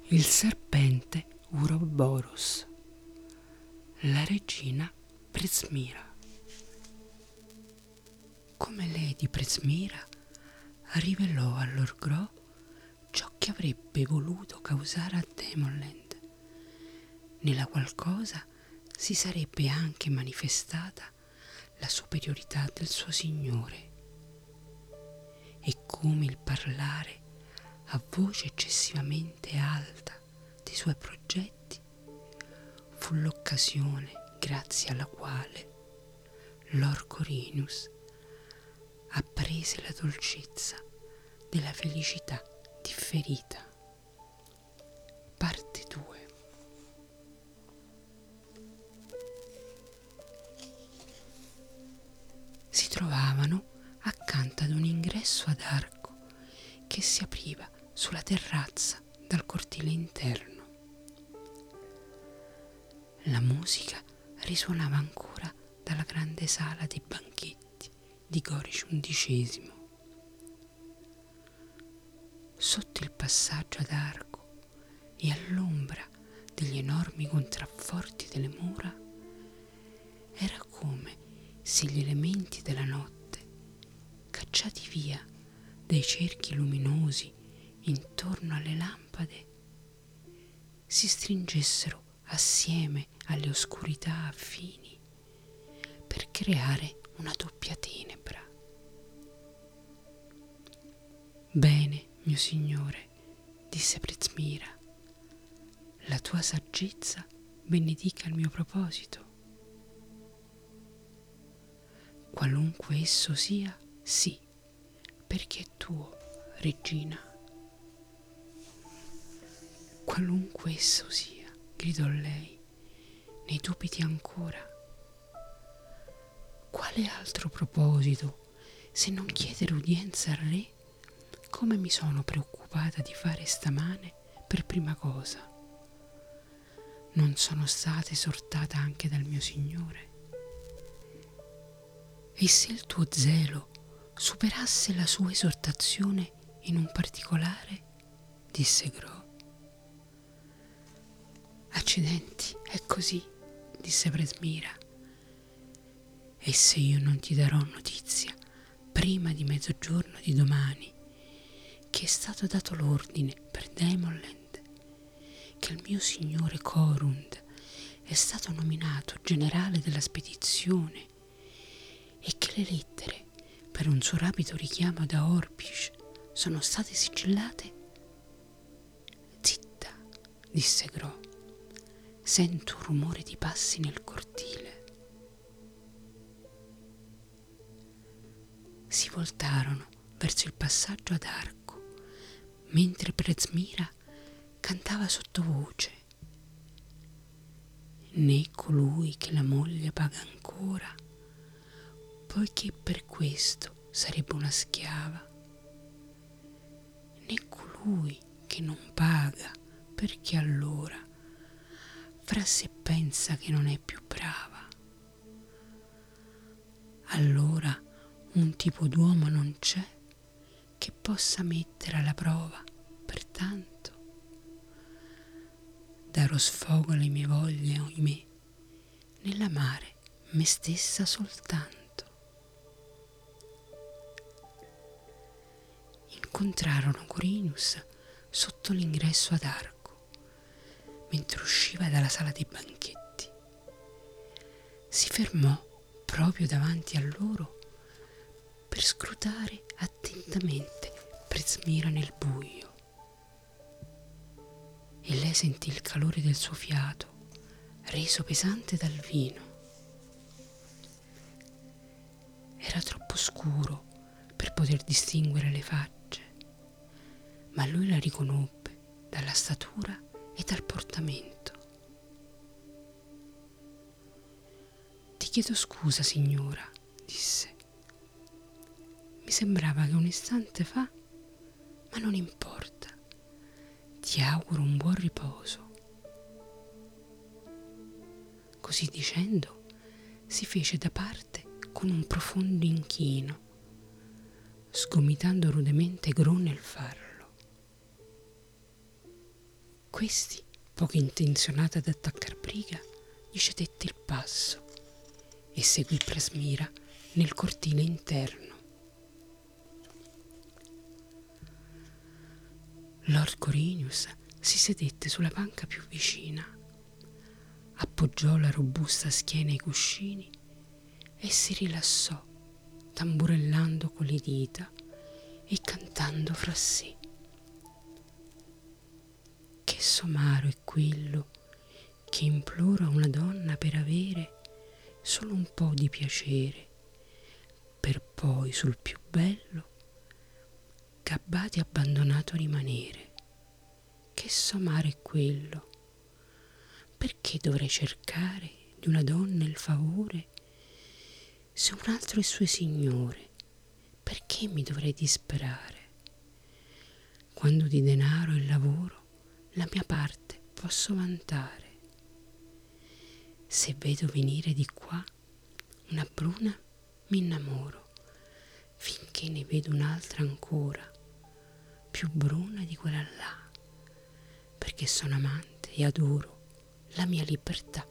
Il serpente Uroboros, la regina Prezmira. Come Lady Prezmira rivelò a Lord Gro ciò che avrebbe voluto causare a Demonland, nella qual cosa si sarebbe anche manifestata la superiorità del suo signore, e come il parlare a voce eccessivamente alta dei suoi progetti fu l'occasione grazie alla quale Lord Corinus apprese la dolcezza della felicità differita. Parte 2. Si trovavano accanto ad un ingresso ad arco che si apriva sulla terrazza dal cortile interno. La musica risuonava ancora dalla grande sala dei banchetti di Gorish XI. Sotto il passaggio ad arco e all'ombra degli enormi contrafforti delle mura era come se gli elementi della notte, cacciati via dai cerchi luminosi intorno alle lampade, si stringessero assieme alle oscurità affini per creare una doppia tenebra. Bene, mio signore, disse Prezmira, la tua saggezza benedica il mio proposito. Qualunque esso sia, sì, perché è tuo, regina. Qualunque esso sia, gridò lei, ne dubiti ancora? Quale altro proposito se non chiedere udienza al re, come mi sono preoccupata di fare stamane per prima cosa? Non sono stata esortata anche dal mio signore? E se il tuo zelo superasse la sua esortazione in un particolare? Disse Gro. Accidenti, è così, disse Prezmira. E se io non ti darò notizia prima di mezzogiorno di domani che è stato dato l'ordine per Demonland, che il mio signore Corund è stato nominato generale della spedizione e che le lettere per un suo rapido richiamo da Orpish sono state sigillate? Zitta, disse Gro. Sento un rumore di passi nel cortile. Si voltarono verso il passaggio ad arco, mentre Prezmira cantava sottovoce. Né colui che la moglie paga ancora, poiché per questo sarebbe una schiava, né colui che non paga perché allora fra se pensa che non è più brava. Allora un tipo d'uomo non c'è che possa mettere alla prova, pertanto darò sfogo alle mie voglie, oimè, nell'amare me stessa soltanto. Incontrarono Corinus sotto l'ingresso ad arco, mentre usciva dalla sala dei banchetti. Si fermò proprio davanti a loro per scrutare attentamente Prezmira nel buio, e lei sentì il calore del suo fiato, reso pesante dal vino. Era troppo scuro per poter distinguere le facce, ma lui la riconobbe dalla statura e dal portamento. Ti chiedo scusa, signora, disse. Mi sembrava che un istante fa, ma non importa. Ti auguro un buon riposo. Così dicendo, si fece da parte con un profondo inchino, sgomitando rudemente Gro nel farlo. Questi, poco intenzionato ad attaccar briga, gli cedette il passo e seguì Prasmira nel cortile interno. Lord Corinius si sedette sulla panca più vicina, appoggiò la robusta schiena ai cuscini e si rilassò, tamburellando con le dita e cantando fra sé. Che somaro è quello che implora una donna per avere solo un po' di piacere, per poi sul più bello gabbati abbandonato rimanere. Che somaro è quello? Perché dovrei cercare di una donna il favore se un altro è suo signore? Perché mi dovrei disperare quando di denaro e lavoro la mia parte posso vantare? Se vedo venire di qua una bruna mi innamoro, finché ne vedo un'altra ancora più bruna di quella là, perché sono amante e adoro la mia libertà.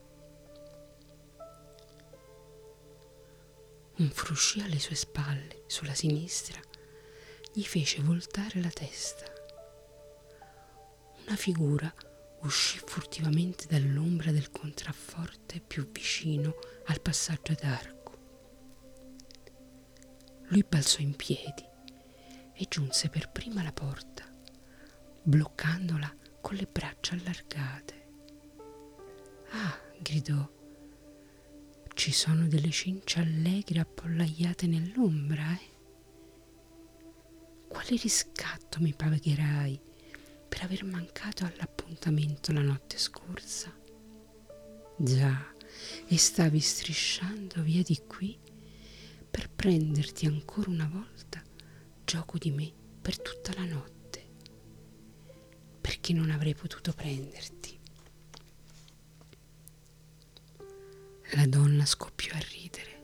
Un fruscio alle sue spalle, sulla sinistra, gli fece voltare la testa. Una figura uscì furtivamente dall'ombra del contrafforte più vicino al passaggio d'arco. Lui balzò in piedi e giunse per prima alla porta, bloccandola con le braccia allargate. «Ah!» gridò. «Ci sono delle cincie allegre appollaiate nell'ombra, eh? Quale riscatto mi pagherai per aver mancato all'appuntamento la notte scorsa? Già, e stavi strisciando via di qui per prenderti ancora una volta gioco di me per tutta la notte, perché non avrei potuto prenderti». La donna scoppiò a ridere.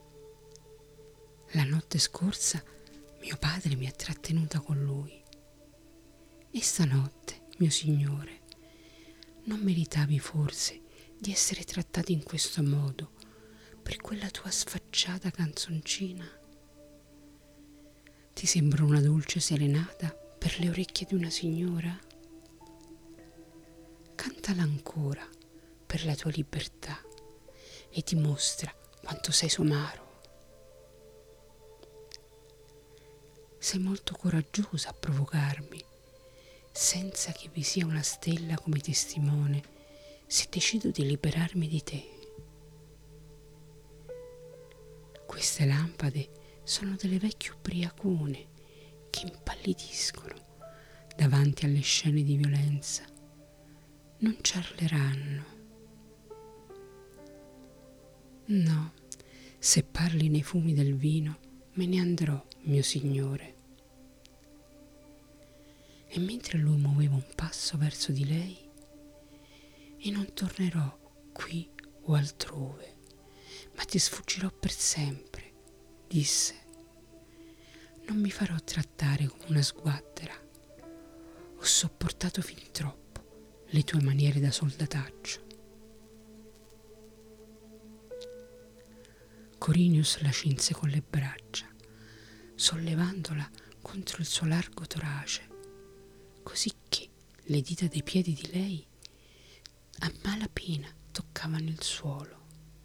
«La notte scorsa mio padre mi ha trattenuta con lui. E stanotte, mio signore, non meritavi forse di essere trattato in questo modo per quella tua sfacciata canzoncina? Ti sembra una dolce serenata per le orecchie di una signora? Cantala ancora per la tua libertà e dimostra quanto sei somaro. Sei molto coraggiosa a provocarmi, senza che vi sia una stella come testimone, se decido di liberarmi di te. Queste lampade sono delle vecchie ubriacone che impallidiscono davanti alle scene di violenza. Non ciarleranno. No, se parli nei fumi del vino, me ne andrò, mio signore». E mentre lui muoveva un passo verso di lei: «E non tornerò qui o altrove, ma ti sfuggirò per sempre», disse. «Non mi farò trattare come una sguattera. Ho sopportato fin troppo le tue maniere da soldataccio». Corinius la cinse con le braccia, sollevandola contro il suo largo torace, così che le dita dei piedi di lei a malapena toccavano il suolo.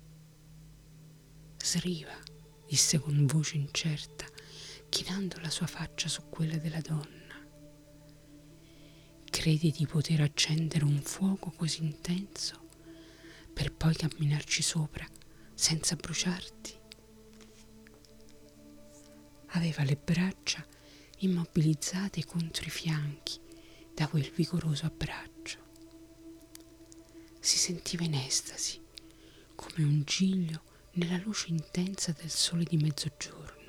«Sriva», disse con voce incerta, chinando la sua faccia su quella della donna, «credi di poter accendere un fuoco così intenso per poi camminarci sopra senza bruciarti?» Aveva le braccia immobilizzate contro i fianchi da quel vigoroso abbraccio. Si sentiva in estasi, come un giglio nella luce intensa del sole di mezzogiorno.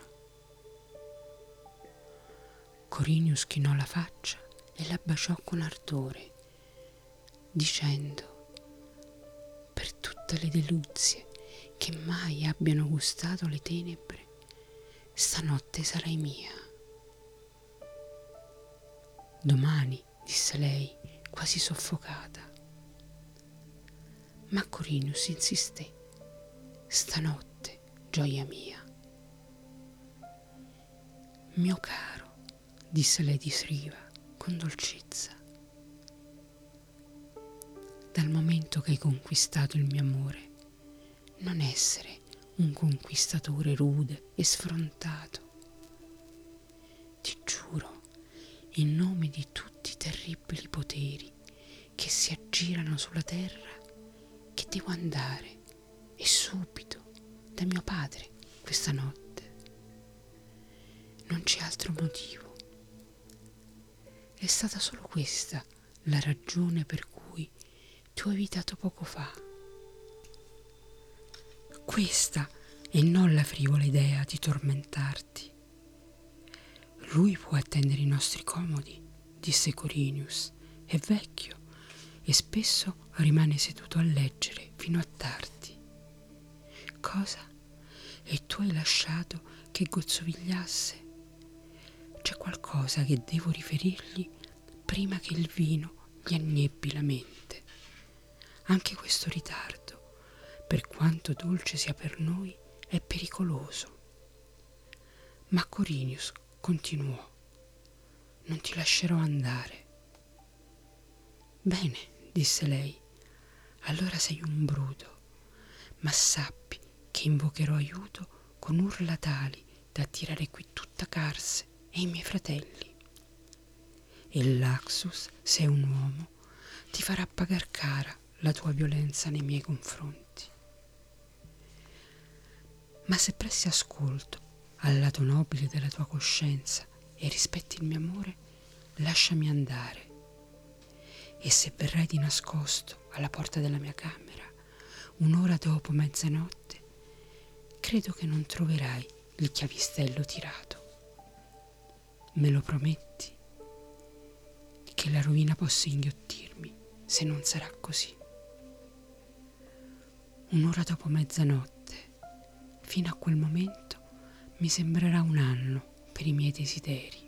Corinius chinò la faccia e la baciò con ardore, dicendo: «Per tutte le deluzie che mai abbiano gustato le tenebre, stanotte sarai mia». «Domani», disse lei, quasi soffocata. Ma Corinius insisté. Stanotte, gioia mia. Mio caro, disse Lady Sriva con dolcezza, dal momento che hai conquistato il mio amore, non essere un conquistatore rude e sfrontato. Ti giuro, in nome di tutti i terribili poteri che si aggirano sulla terra, che devo andare, e subito, da mio padre questa notte. Non c'è altro motivo. È stata solo questa la ragione per cui ti ho evitato poco fa. Questa e non la frivola idea di tormentarti. Lui può attendere i nostri comodi, disse Corinius, è vecchio e spesso rimane seduto a leggere fino a tardi. Cosa? E tu hai lasciato che gozzovigliasse? C'è qualcosa che devo riferirgli prima che il vino gli annebbi la mente. Anche questo ritardo, per quanto dolce sia per noi, è pericoloso. Ma Corinius continuò: non ti lascerò andare. Bene, disse lei, allora sei un bruto, ma sappi che invocherò aiuto con urla tali da attirare qui tutta Carse e i miei fratelli. E l'Axus, se è un uomo, ti farà pagar cara la tua violenza nei miei confronti. Ma se presti ascolto al lato nobile della tua coscienza e rispetti il mio amore, lasciami andare. E se verrai di nascosto alla porta della mia camera, un'ora dopo mezzanotte, credo che non troverai il chiavistello tirato. Me lo prometti? Che la rovina possa inghiottirmi se non sarà così. Un'ora dopo mezzanotte, fino a quel momento, mi sembrerà un anno per i miei desideri.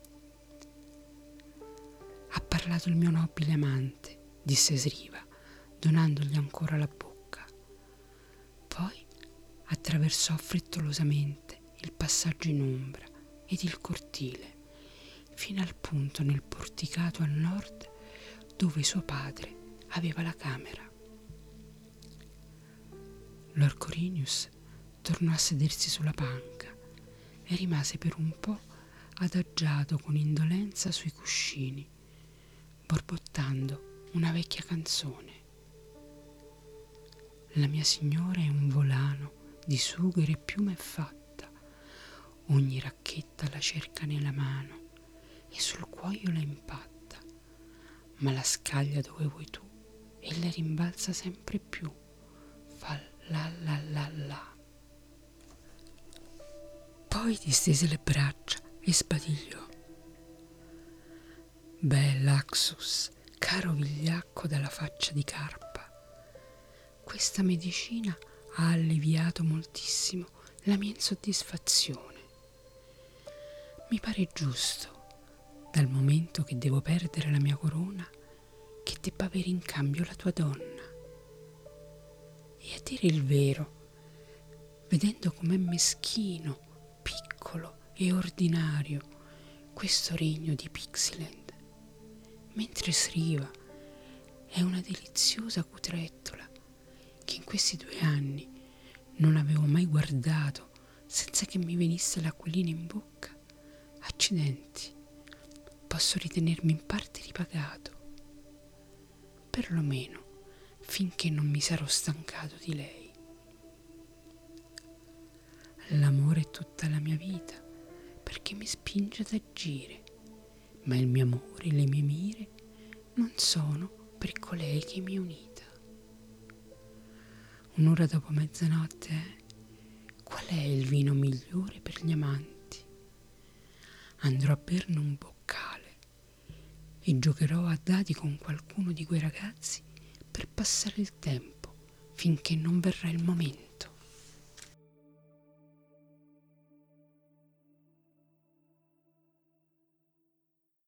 Ha parlato il mio nobile amante, disse Sriva, donandogli ancora la bocca. Poi attraversò frettolosamente il passaggio in ombra ed il cortile, fino al punto nel porticato a nord dove suo padre aveva la camera. Lord Corinius tornò a sedersi sulla panca e rimase per un po' adagiato con indolenza sui cuscini, borbottando una vecchia canzone. La mia signora è un volano di sughero e piume fatta, ogni racchetta la cerca nella mano e sul cuoio la impatta, ma la scaglia dove vuoi tu e la rimbalza sempre più, fa la la la la. Poi distese le braccia e sbadigliò. Bella Axus, caro vigliacco dalla faccia di carpa, questa medicina ha alleviato moltissimo la mia insoddisfazione. Mi pare giusto, dal momento che devo perdere la mia corona, che debba avere in cambio la tua donna. E a dire il vero, vedendo com'è meschino, piccolo e ordinario questo regno di Pixiland, mentre Sriva è una deliziosa cutrettola che in questi 2 anni non avevo mai guardato senza che mi venisse l'acquolina in bocca, accidenti, posso ritenermi in parte ripagato, perlomeno finché non mi sarò stancato di lei. L'amore è tutta la mia vita perché mi spinge ad agire, ma il mio amore e le mie mire non sono per colei che mi è unita. Un'ora dopo mezzanotte, qual è il vino migliore per gli amanti? Andrò a berne un boccale e giocherò a dadi con qualcuno di quei ragazzi per passare il tempo finché non verrà il momento.